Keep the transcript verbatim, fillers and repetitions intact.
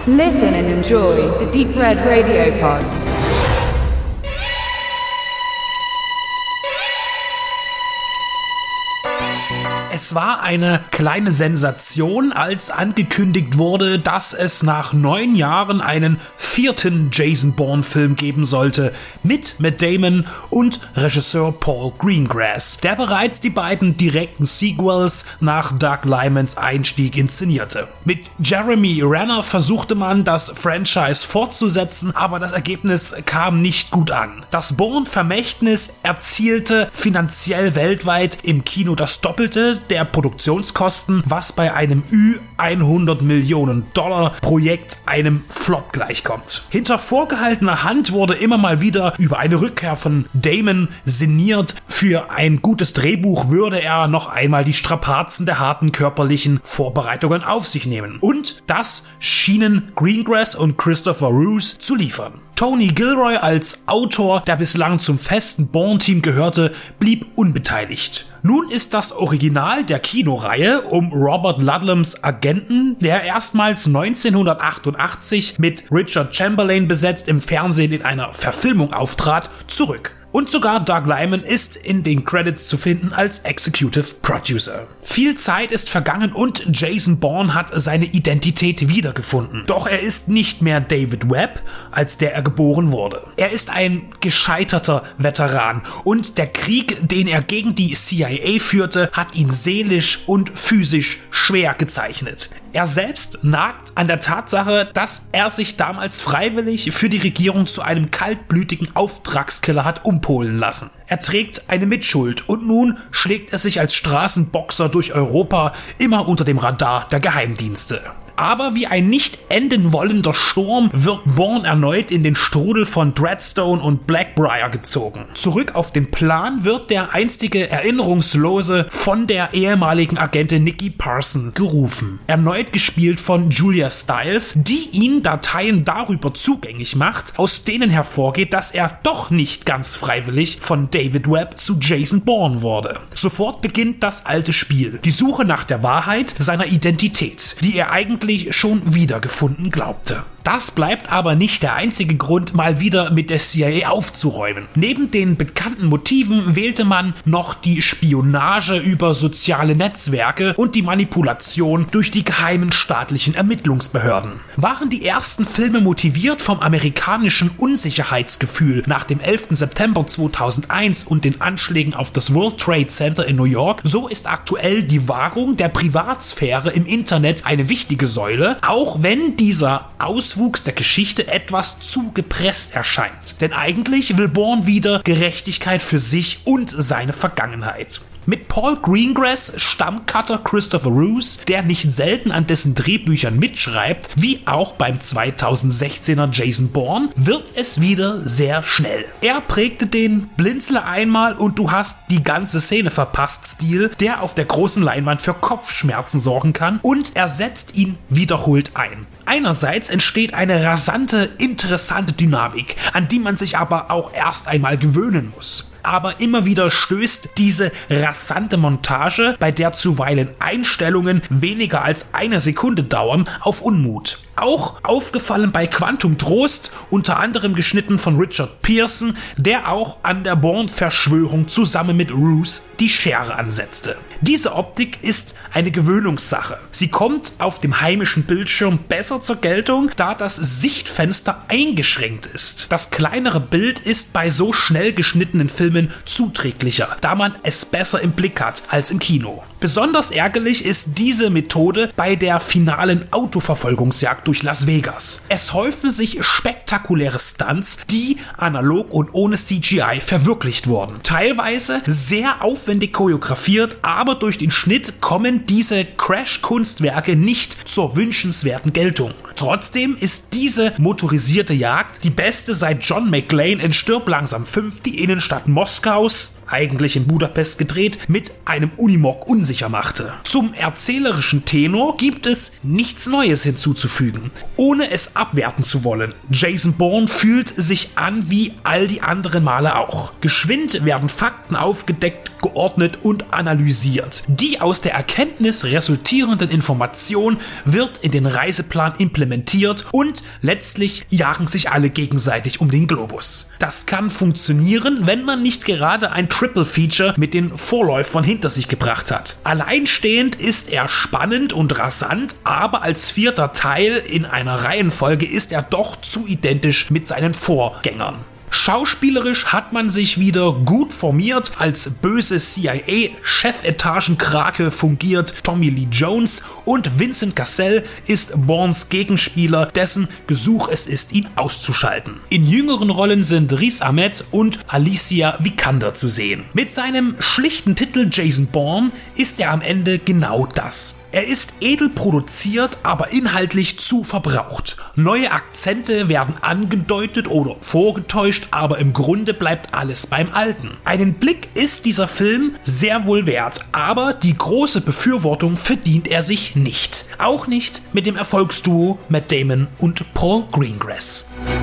Listen and enjoy the Deep Red Radio Pod. Es war eine kleine Sensation, als angekündigt wurde, dass es nach neun Jahren einen vierten Jason Bourne-Film geben sollte, mit Matt Damon und Regisseur Paul Greengrass, der bereits die beiden direkten Sequels nach Doug Liman's Einstieg inszenierte. Mit Jeremy Renner versuchte man, das Franchise fortzusetzen, aber das Ergebnis kam nicht gut an. Das Bourne-Vermächtnis erzielte finanziell weltweit im Kino das Doppelte der Produktionskosten, was bei einem Ü hundert Millionen Dollar Projekt einem Flop gleichkommt. Hinter vorgehaltener Hand wurde immer mal wieder über eine Rückkehr von Damon sinniert. Für ein gutes Drehbuch würde er noch einmal die Strapazen der harten körperlichen Vorbereitungen auf sich nehmen. Und das schienen Greengrass und Christopher Roos zu liefern. Tony Gilroy als Autor, der bislang zum festen Bourne-Team gehörte, blieb unbeteiligt. Nun ist das Original der Kinoreihe um Robert Ludlums Agenten, der erstmals neunzehnhundertachtundachtzig mit Richard Chamberlain besetzt im Fernsehen in einer Verfilmung auftrat, zurück. Und sogar Doug Liman ist in den Credits zu finden als Executive Producer. Viel Zeit ist vergangen und Jason Bourne hat seine Identität wiedergefunden. Doch er ist nicht mehr David Webb, als der er geboren wurde. Er ist ein gescheiterter Veteran und der Krieg, den er gegen die C I A führte, hat ihn seelisch und physisch schwer gezeichnet. Er selbst nagt an der Tatsache, dass er sich damals freiwillig für die Regierung zu einem kaltblütigen Auftragskiller hat umpolen lassen. Er trägt eine Mitschuld und nun schlägt er sich als Straßenboxer durch Europa, immer unter dem Radar der Geheimdienste. Aber wie ein nicht enden wollender Sturm wird Bourne erneut in den Strudel von Dreadstone und Blackbriar gezogen. Zurück auf den Plan wird der einstige Erinnerungslose von der ehemaligen Agentin Nikki Parson gerufen. Erneut gespielt von Julia Stiles, die ihn Dateien darüber zugänglich macht, aus denen hervorgeht, dass er doch nicht ganz freiwillig von David Webb zu Jason Bourne wurde. Sofort beginnt das alte Spiel, die Suche nach der Wahrheit seiner Identität, die er eigentlich schon wiedergefunden glaubte. Das bleibt aber nicht der einzige Grund, mal wieder mit der C I A aufzuräumen. Neben den bekannten Motiven wählte man noch die Spionage über soziale Netzwerke und die Manipulation durch die geheimen staatlichen Ermittlungsbehörden. Waren die ersten Filme motiviert vom amerikanischen Unsicherheitsgefühl nach dem elften September zweitausendeins und den Anschlägen auf das World Trade Center in New York, so ist aktuell die Wahrung der Privatsphäre im Internet eine wichtige Säule, auch wenn dieser Auswuchs der Geschichte etwas zu gepresst erscheint. Denn eigentlich will Bourne wieder Gerechtigkeit für sich und seine Vergangenheit. Mit Paul Greengrass Stammcutter Christopher Roos, der nicht selten an dessen Drehbüchern mitschreibt, wie auch beim zweitausendsechzehner Jason Bourne, wird es wieder sehr schnell. Er prägte den Blinzle einmal und du hast die ganze Szene verpasst Stil, der auf der großen Leinwand für Kopfschmerzen sorgen kann, und er setzt ihn wiederholt ein. Einerseits entsteht eine rasante, interessante Dynamik, an die man sich aber auch erst einmal gewöhnen muss. Aber immer wieder stößt diese rasante Montage, bei der zuweilen Einstellungen weniger als eine Sekunde dauern, auf Unmut. Auch aufgefallen bei Quantum Trost, unter anderem geschnitten von Richard Pearson, der auch an der Bourne-Verschwörung zusammen mit Roos die Schere ansetzte. Diese Optik ist eine Gewöhnungssache. Sie kommt auf dem heimischen Bildschirm besser zur Geltung, da das Sichtfenster eingeschränkt ist. Das kleinere Bild ist bei so schnell geschnittenen Filmen zuträglicher, da man es besser im Blick hat als im Kino. Besonders ärgerlich ist diese Methode bei der finalen Autoverfolgungsjagd durch Las Vegas. Es häufen sich spektakuläre Stunts, die analog und ohne C G I verwirklicht wurden. Teilweise sehr aufwendig choreografiert, aber durch den Schnitt kommen diese Crash-Kunstwerke nicht zur wünschenswerten Geltung. Trotzdem ist diese motorisierte Jagd die beste seit John McClane in Stirb langsam fünf die Innenstadt Moskaus, eigentlich in Budapest gedreht, mit einem Unimog unsicher machte. Zum erzählerischen Tenor gibt es nichts Neues hinzuzufügen, ohne es abwerten zu wollen. Jason Bourne fühlt sich an wie all die anderen Male auch. Geschwind werden Fakten aufgedeckt, geordnet und analysiert. Die aus der Erkenntnis resultierenden Information wird in den Reiseplan implementiert implementiert und letztlich jagen sich alle gegenseitig um den Globus. Das kann funktionieren, wenn man nicht gerade ein Triple Feature mit den Vorläufern hinter sich gebracht hat. Alleinstehend ist er spannend und rasant, aber als vierter Teil in einer Reihenfolge ist er doch zu identisch mit seinen Vorgängern. Schauspielerisch hat man sich wieder gut formiert. Als böse C I A-Chefetagenkrake fungiert Tommy Lee Jones und Vincent Cassel ist Bournes Gegenspieler, dessen Gesuch es ist, ihn auszuschalten. In jüngeren Rollen sind Riz Ahmed und Alicia Vikander zu sehen. Mit seinem schlichten Titel Jason Bourne ist er am Ende genau das. Er ist edel produziert, aber inhaltlich zu verbraucht. Neue Akzente werden angedeutet oder vorgetäuscht, aber im Grunde bleibt alles beim Alten. Einen Blick ist dieser Film sehr wohl wert, aber die große Befürwortung verdient er sich nicht. Auch nicht mit dem Erfolgsduo Matt Damon und Paul Greengrass.